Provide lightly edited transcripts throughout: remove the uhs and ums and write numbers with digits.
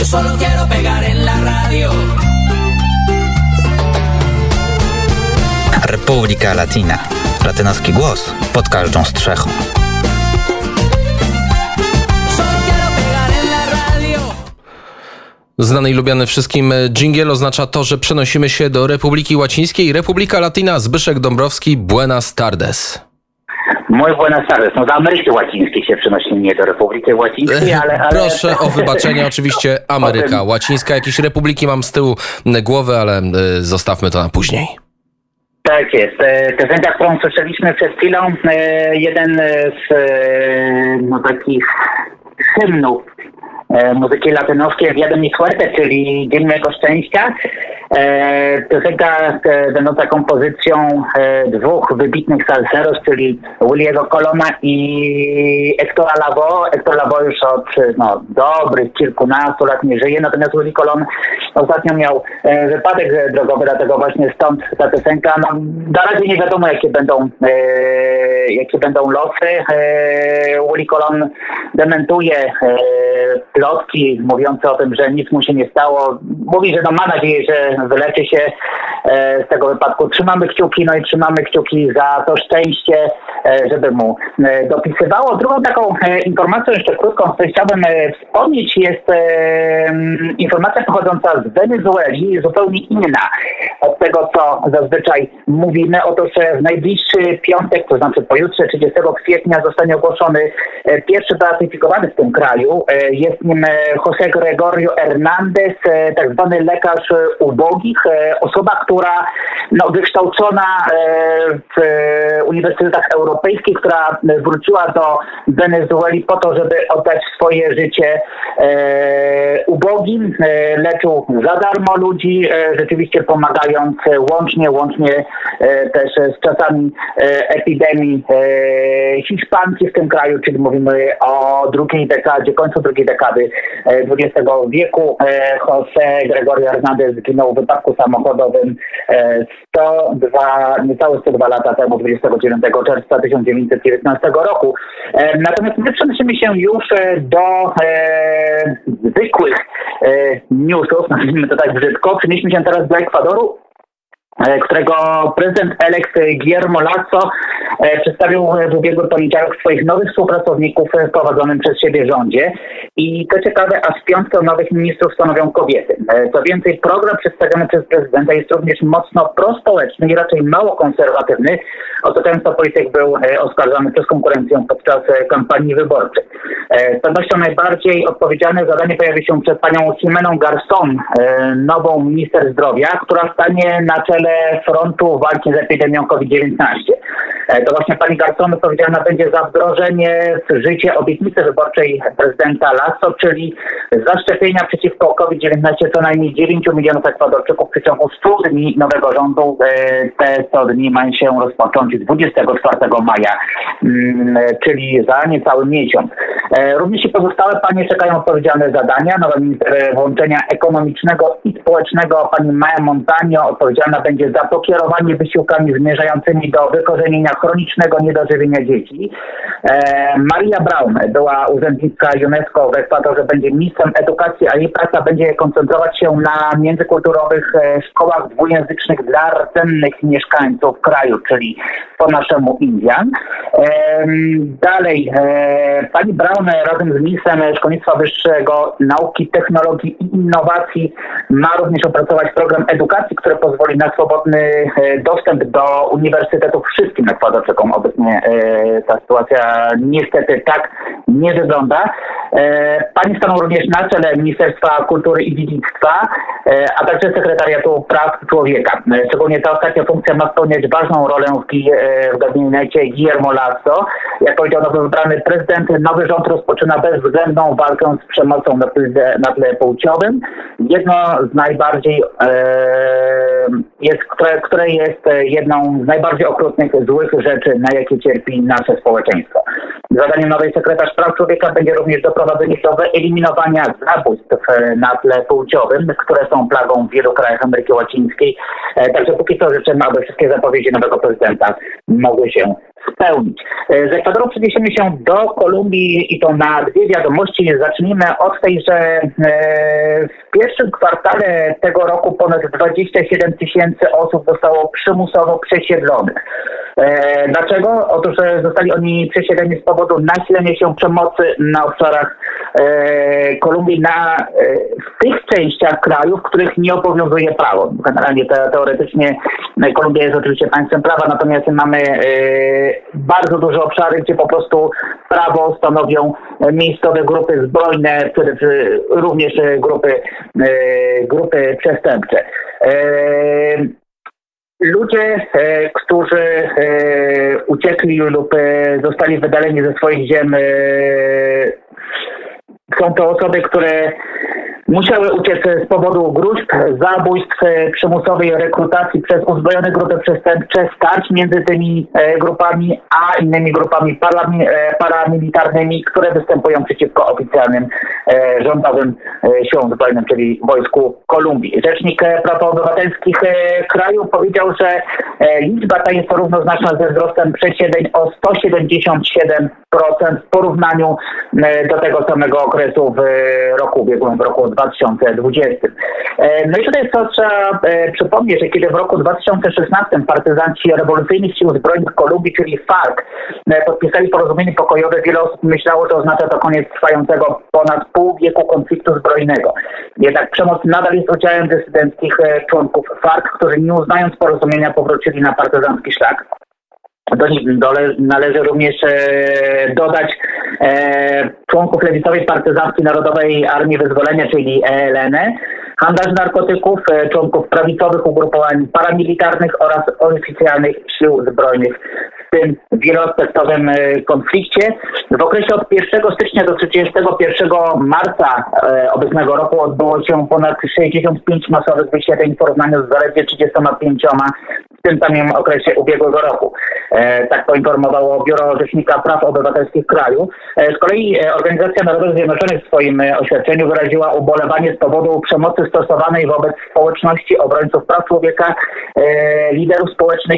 solo quiero pegar en la radio. Republika Latina. Latynoski głos pod każdą strzechą. Znany i lubiany wszystkim dżingiel oznacza to, że przenosimy się do Republiki Łacińskiej. Republika Latina, Zbyszek Dąbrowski, Buenas tardes. Muy buenas tardes. No do Ameryki Łacińskiej się przenosimy, nie do Republiki Łacińskiej, ale... Proszę o wybaczenie, oczywiście Ameryka Łacińska. Jakieś republiki mam z tyłu głowy, ale zostawmy to na później. Tak jest. Piosenka, którą słyszeliśmy przed chwilą, jeden z takich hymnów muzyki latynoskiej Día de mi Suerte, czyli Dzień Mojego Szczęścia. Piosenka będąca kompozycją dwóch wybitnych salseros, czyli Williego Colona i Héctora Lavoe. Héctor Lavoe już od dobrych kilkunastu lat nie żyje, natomiast Willy Colon ostatnio miał wypadek drogowy, dlatego właśnie stąd ta piosenka. Na razie nie wiadomo, jakie będą losy. Willy Colon dementuje plotki mówiące o tym, że nic mu się nie stało. Mówi, że ma nadzieję, że wyleczy się z tego wypadku. Trzymamy kciuki, i trzymamy kciuki za to szczęście, żeby mu dopisywało. Drugą taką informacją, jeszcze krótką, którą chciałbym wspomnieć, jest informacja pochodząca z Wenezueli, zupełnie inna od tego, co zazwyczaj mówimy. Otóż w najbliższy piątek, to znaczy pojutrze, 30 kwietnia, zostanie ogłoszony pierwszy beatyfikowany w tym kraju. Jest nim José Gregorio Hernández, tak zwany lekarz ubogich, osoba, która wykształcona w uniwersytetach europejskich, która wróciła do Wenezueli po to, żeby oddać swoje życie ubogim. Leczył za darmo ludzi, rzeczywiście pomagając łącznie też z czasami epidemii hiszpanki w tym kraju, czyli mówimy o drugiej dekadzie, końcu drugiej dekady XX wieku. José Gregorio Hernández zginął w wypadku samochodowym niecałe 102 lata temu, 29 czerwca 1919 roku. Natomiast my przenosimy się już do zwykłych newsów, nazwijmy to tak brzydko. Przenieśmy się teraz do Ekwadoru, którego prezydent-elekt Guillermo Lasso przedstawił w ubiegły poniedziałek swoich nowych współpracowników w prowadzonym przez siebie rządzie. I to ciekawe, aż piątkę nowych ministrów stanowią kobiety. Co więcej, program przedstawiony przez prezydenta jest również mocno prospołeczny i raczej mało konserwatywny, o co często polityk był oskarżany przez konkurencję podczas kampanii wyborczej. Z pewnością najbardziej odpowiedzialne zadanie pojawi się przed panią Ximeną Garzón, nową minister zdrowia, która stanie na czele frontu walki z epidemią COVID-19. To właśnie pani Garzón odpowiedzialna będzie za wdrożenie w życie obietnicy wyborczej prezydenta Lasso, czyli zaszczepienia przeciwko COVID-19 co najmniej 9 milionów Ekwadorczyków w przeciągu 100 dni nowego rządu. Te 100 dni mają się rozpocząć 24 maja, czyli za niecały miesiąc. Również i pozostałe panie czekają odpowiedzialne zadania. Nowa minister włączenia ekonomicznego i społecznego pani Maya Montaño odpowiedzialna będzie za pokierowanie wysiłkami zmierzającymi do wykorzenienia chronicznego niedożywienia dzieci. Maria Braun, była urzędniczka UNESCO w Ekwadorze, będzie ministrem edukacji, a jej praca będzie koncentrować się na międzykulturowych szkołach dwujęzycznych dla rdzennych mieszkańców kraju, czyli po naszemu Indian. Dalej, pani Braun razem z ministrem szkolnictwa wyższego, nauki, technologii i innowacji ma również opracować program edukacji, który pozwoli na swobodny dostęp do uniwersytetów wszystkim Ekwadorczykom. Obecnie ta sytuacja niestety tak nie wygląda. Pani staną również na czele Ministerstwa Kultury i Dziedzictwa, a także Sekretariatu Praw Człowieka. Szczególnie ta ostatnia funkcja ma spełniać ważną rolę w gabinecie Guillermo Lasso. Jak powiedział nowy wybrany prezydent, nowy rząd rozpoczyna bezwzględną walkę z przemocą na tle płciowym. Jedno z najbardziej które jest jedną z najbardziej okrutnych, złych rzeczy, na jakie cierpi nasze społeczeństwo. Zadaniem nowej sekretarz praw człowieka będzie również doprowadzenie do wyeliminowania zabójstw na tle płciowym, które są plagą w wielu krajach Ameryki Łacińskiej. Także póki co życzymy, aby wszystkie zapowiedzi nowego prezydenta mogły się spełnić. Z Ekwadoru przeniesiemy się do Kolumbii i to na dwie wiadomości. Zacznijmy od tej, że w pierwszym kwartale tego roku ponad 27 000 osób zostało przymusowo przesiedlonych. Dlaczego? Otóż zostali oni przesiedleni z powodu nasilenia się przemocy na obszarach Kolumbii w tych częściach kraju, w których nie obowiązuje prawo. Generalnie teoretycznie Kolumbia jest oczywiście państwem prawa, natomiast mamy bardzo duże obszary, gdzie po prostu prawo stanowią miejscowe grupy zbrojne, również grupy przestępcze. Ludzie, którzy uciekli lub zostali wydaleni ze swoich ziem, są to osoby, które musiały uciec z powodu gruźb, zabójstw, przymusowej rekrutacji przez uzbrojone grupy przestępcze, starć między tymi grupami a innymi grupami paramilitarnymi, które występują przeciwko oficjalnym rządowym siłom zbrojnym, czyli Wojsku Kolumbii. Rzecznik Praw Obywatelskich kraju powiedział, że liczba ta jest równoznaczna ze wzrostem przesiedleń o 177% w porównaniu do tego samego okresu w roku ubiegłym, w roku 2020. No i tutaj co trzeba przypomnieć, że kiedy w roku 2016 partyzanci rewolucyjnych sił zbrojnych Kolumbii, czyli FARC, podpisali porozumienie pokojowe, wiele osób myślało, że oznacza to koniec trwającego ponad pół wieku konfliktu zbrojnego. Jednak przemoc nadal jest udziałem dysydenckich członków FARC, którzy nie uznając porozumienia powrócili na partyzancki szlak. Do nich należy również dodać członków lewicowej partyzanckiej Narodowej Armii Wyzwolenia, czyli ELN, handlarzy narkotyków, członków prawicowych ugrupowań paramilitarnych oraz oficjalnych sił zbrojnych w tym wieloaspektowym konflikcie. W okresie od 1 stycznia do 31 marca obecnego roku odbyło się ponad 65 masowych wysiedleń w porównaniu z zaledwie 35 w tym samym okresie ubiegłego roku. Tak poinformowało Biuro Rzecznika Praw Obywatelskich kraju. Z kolei Organizacja Narodów Zjednoczonych w swoim oświadczeniu wyraziła ubolewanie z powodu przemocy stosowanej wobec społeczności, obrońców praw człowieka, liderów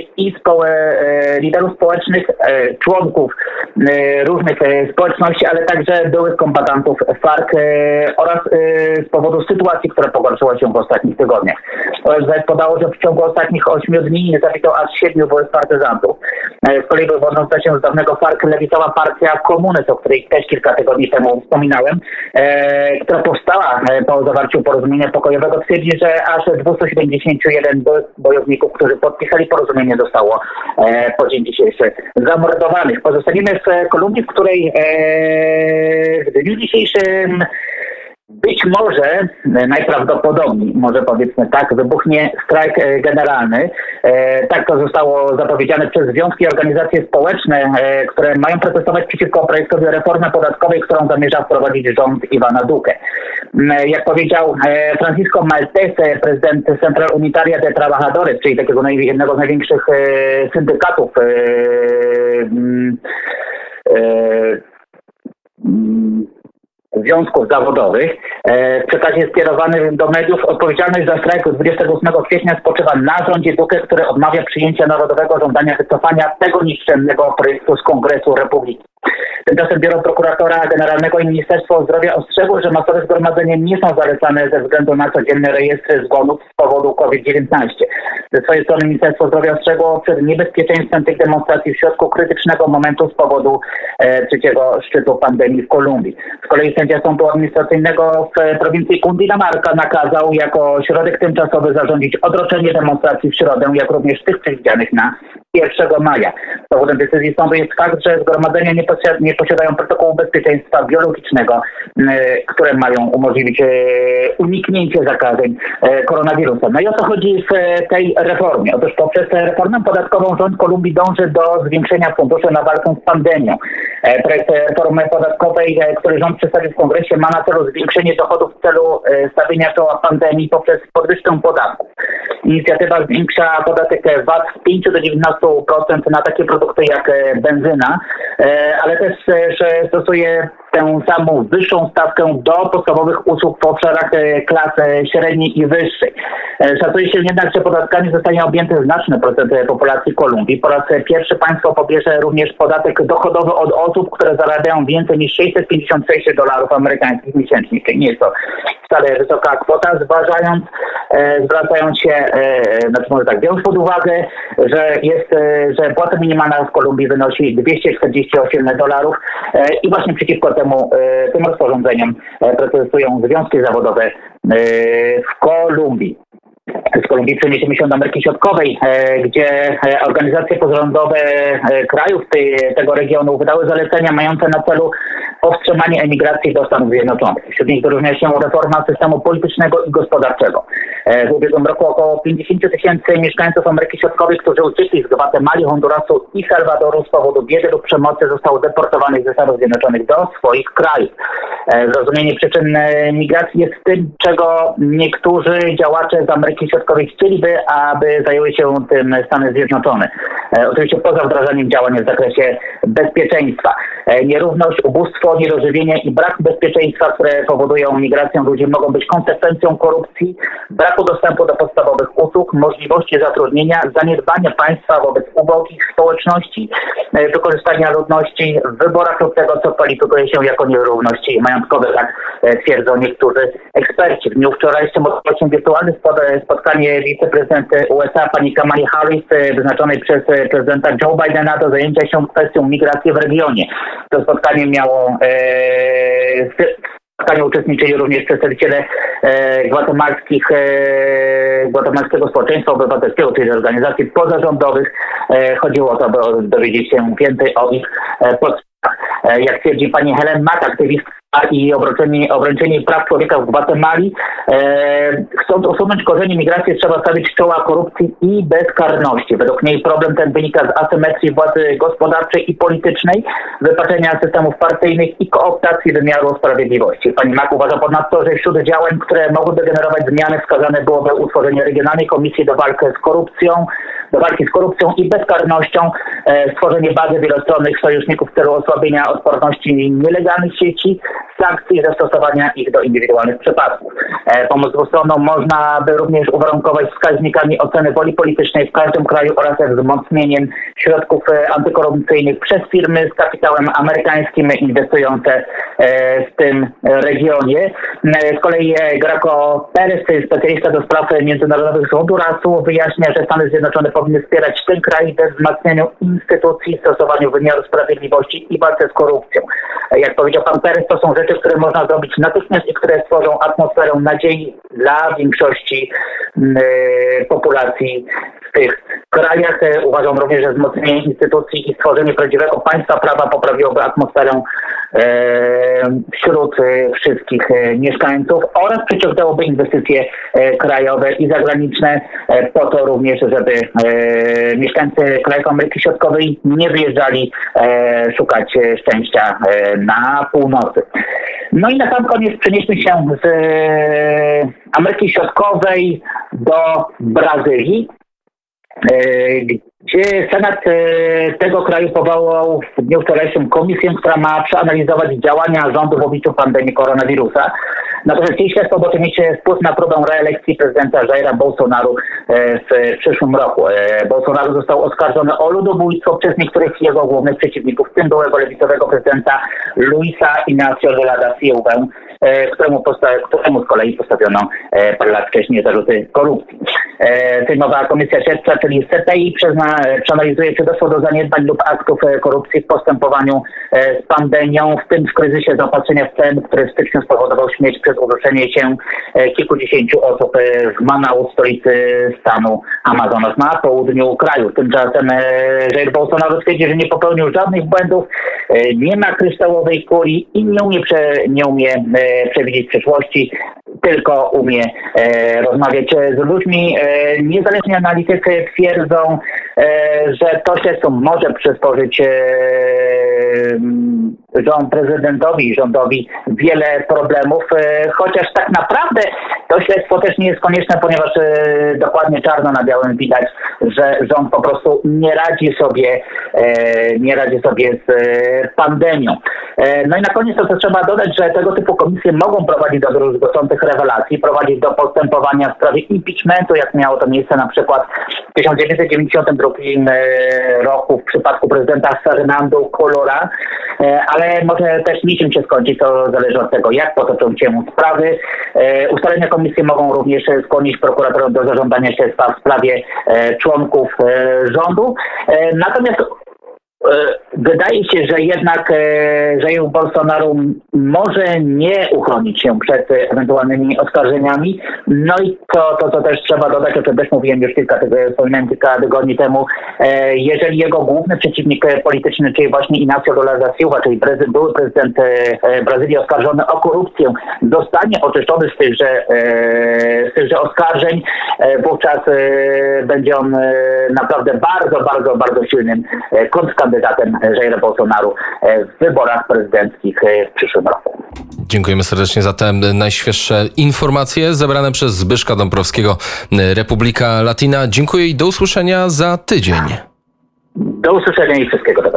społecznych, członków różnych społeczności, ale także byłych kombatantów FARC oraz z powodu sytuacji, która pogorszyła się w ostatnich tygodniach. ONZ podało, że w ciągu ostatnich 8 dni zabito aż 7 byłych partyzantów. Z kolei wywodząca się z dawnego FARC lewicowa partia Komunes, o której też kilka tygodni temu wspominałem, która powstała po zawarciu porozumienia pokojowego, twierdzi, że aż 271 byłych bojowników, którzy podpisali porozumienie, zostało po dzień dzisiejszy zamordowanych. Pozostaniemy w Kolumbii, w której w dniu dzisiejszym być może, najprawdopodobniej, może powiedzmy tak, wybuchnie strajk generalny. Tak to zostało zapowiedziane przez związki i organizacje społeczne, które mają protestować przeciwko projektowi reformy podatkowej, którą zamierza wprowadzić rząd Ivana Duque. Jak powiedział Francisco Maltese, prezydent Central Unitaria de Trabajadores, czyli takiego jednego z największych syndykatów związków zawodowych, w przekazie skierowanym do mediów odpowiedzialność za strajk 28 kwietnia spoczywa na rządzie Duque, który odmawia przyjęcia narodowego żądania wycofania tego nikczemnego projektu z Kongresu Republiki. Tymczasem Biuro Prokuratora Generalnego i Ministerstwo Zdrowia ostrzegło, że masowe zgromadzenia nie są zalecane ze względu na codzienne rejestry zgonów z powodu COVID-19. Ze swojej strony Ministerstwo Zdrowia ostrzegło przed niebezpieczeństwem tych demonstracji w środku krytycznego momentu z powodu trzeciego szczytu pandemii w Kolumbii. Z kolei sędzia Sądu Administracyjnego w prowincji Cundinamarca nakazał jako środek tymczasowy zarządzić odroczenie demonstracji w środę, jak również tych przewidzianych na 1 maja. Powodem decyzji sądu jest fakt, że zgromadzenia nie posiadają protokołu bezpieczeństwa biologicznego, które mają umożliwić uniknięcie zakażeń koronawirusem. No i o co chodzi w tej reformie? Otóż poprzez reformę podatkową rząd Kolumbii dąży do zwiększenia funduszy na walkę z pandemią. Projekt reformy podatkowej, który rząd przedstawił w Kongresie, ma na celu zwiększenie dochodów w celu stawienia czoła pandemii poprzez podwyżkę podatków. Inicjatywa zwiększa podatek VAT z 5 do 19% na takie produkty jak benzyna, ale też stosuje tę samą wyższą stawkę do podstawowych usług w obszarach klasy średniej i wyższej. Szacuje się jednak, że podatkami zostanie objęty znaczny procent populacji Kolumbii. Po raz pierwszy państwo pobierze również podatek dochodowy od osób, które zarabiają więcej niż $656 miesięcznie. Czyli nie jest to wcale wysoka kwota, zwracając się, może tak, biorąc pod uwagę, że płata minimalna w Kolumbii wynosi $248 i właśnie przeciwko tym rozporządzeniem protestują związki zawodowe w Kolumbii. Z Kolumbii przeniesiemy się do Ameryki Środkowej, gdzie organizacje pozarządowe krajów tego regionu wydały zalecenia mające na celu powstrzymanie emigracji do Stanów Zjednoczonych. Wśród nich wyróżnia się reforma systemu politycznego i gospodarczego. W ubiegłym roku około 50 000 mieszkańców Ameryki Środkowej, którzy uciekli z Gwatemali, Hondurasu i Salwadoru z powodu biedy lub przemocy, zostało deportowanych ze Stanów Zjednoczonych do swoich krajów. Zrozumienie przyczyn migracji jest tym, czego niektórzy działacze z Ameryki Środkowej chcieliby, aby zajęły się tym Stany Zjednoczone. Oczywiście poza wdrażaniem działań w zakresie bezpieczeństwa. Nierówność, ubóstwo, niedożywienie i brak bezpieczeństwa, które powodują migrację ludzi, mogą być konsekwencją korupcji, braku dostępu do podstawowych usług, możliwości zatrudnienia, zaniedbania państwa wobec ubogich społeczności, wykorzystania ludności w wyborach lub tego, co kwalifikuje się jako nierówności majątkowe, tak twierdzą niektórzy eksperci. W dniu wczorajszym odbyło się wirtualne spotkanie wiceprezydent USA pani Kamali Harris, wyznaczonej przez prezydenta Joe Bidena do zajęcia się kwestią migracji w regionie. To spotkanie w spotkaniu uczestniczyli również przedstawiciele gwatemalskiego społeczeństwa obywatelskiego, czyli organizacji pozarządowych. Chodziło o to, by dowiedzieć się więcej o ich podstawach. Jak twierdzi pani Helen Mack, aktywistka i obrończyni praw człowieka w Gwatemali, chcąc usunąć korzenie migracji, trzeba stawić czoła korupcji i bezkarności. Według niej problem ten wynika z asymetrii władzy gospodarczej i politycznej, wypaczenia systemów partyjnych i kooptacji wymiaru sprawiedliwości. Pani Mack uważa ponadto, że wśród działań, które mogłyby generować zmiany, wskazane byłoby utworzenie Regionalnej Komisji do walki z korupcją i bezkarnością, stworzenie bazy wielostronnych sojuszników w celu osłabienia odporności nielegalnych sieci, sankcji i zastosowania ich do indywidualnych przypadków. Pomoc dwustronną można by również uwarunkować wskaźnikami oceny woli politycznej w każdym kraju oraz wzmocnieniem środków antykorupcyjnych przez firmy z kapitałem amerykańskim inwestujące w tym regionie. Z kolei Graco Perez, specjalista do spraw międzynarodowych z Hondurasu, wyjaśnia, że Stany Zjednoczone powinny wspierać ten kraj we wzmacnianiu instytucji, stosowaniu wymiaru sprawiedliwości i walce z korupcją. Jak powiedział pan Perez, to są rzeczy, które można zrobić natychmiast i które stworzą atmosferę nadziei dla większości populacji w tych krajach. Uważam również, że wzmocnienie instytucji i stworzenie prawdziwego państwa prawa poprawiłoby atmosferę wśród wszystkich mieszkańców oraz przyciągnęłoby inwestycje krajowe i zagraniczne po to również, żeby mieszkańcy krajów Ameryki Środkowej nie wyjeżdżali szukać szczęścia na północy. No i na sam koniec przenieśmy się z Ameryki Środkowej do Brazylii, gdzie Senat tego kraju powołał w dniu wczorajszym komisję, która ma przeanalizować działania rządu w obliczu pandemii koronawirusa. Natomiast jej śledztwo może mieć wpływ na próbę reelekcji prezydenta Jaira Bolsonaru w przyszłym roku. Bolsonaro został oskarżony o ludobójstwo przez niektórych jego głównych przeciwników, w tym byłego lewicowego prezydenta Luisa Inácio Lula da Silvę, któremu z kolei postawiono parę lat wcześniej zarzuty korupcji. Sejmowa Komisja Śledcza, czyli CPI, przeanalizuje, czy doszło do zaniedbań lub aktów korupcji w postępowaniu z pandemią, w tym w kryzysie zaopatrzenia w cen, który w styczniu spowodował śmierć przez uduszenie się kilkudziesięciu osób w Manaus, stolicy stanu Amazonas na południu kraju. Tymczasem Jair Bolsonaro twierdzi, że nie popełnił żadnych błędów, nie ma kryształowej kuli i nie umie przewidzieć przyszłości, tylko umie rozmawiać z ludźmi. Niezależni analitycy twierdzą, że to śledztwo może przysporzyć prezydentowi i rządowi wiele problemów, chociaż tak naprawdę to śledztwo też nie jest konieczne, ponieważ dokładnie czarno na białym widać, że rząd po prostu nie radzi sobie z pandemią. No i na koniec to trzeba dodać, że tego typu komisje mogą prowadzić do druzgocących rewelacji, prowadzić do postępowania w sprawie impeachmentu, jak miało to miejsce na przykład w 1992 roku w przypadku prezydenta Fernando Collora, ale może też niczym się skończyć, to zależy od tego, jak potoczą się sprawy. Ustalenia komisji mogą również skłonić prokuratorów do zażądania śledztwa w sprawie członków rządu. Natomiast wydaje się, że jednak Jair Bolsonaro może nie uchronić się przed ewentualnymi oskarżeniami. No i to też trzeba dodać, o czym też mówiłem już kilka tygodni temu, jeżeli jego główny przeciwnik polityczny, czyli właśnie Inácio Lula da Silva, czyli były prezydent Brazylii oskarżony o korupcję, zostanie oczyszczony z tychże oskarżeń, wówczas będzie on naprawdę bardzo silnym kontrkandydatem Jaira Bolsonaro w wyborach prezydenckich w przyszłym roku. Dziękujemy serdecznie za te najświeższe informacje zebrane przez Zbyszka Dąbrowskiego, Republika Latina. Dziękuję i do usłyszenia za tydzień. Do usłyszenia i wszystkiego dobrego.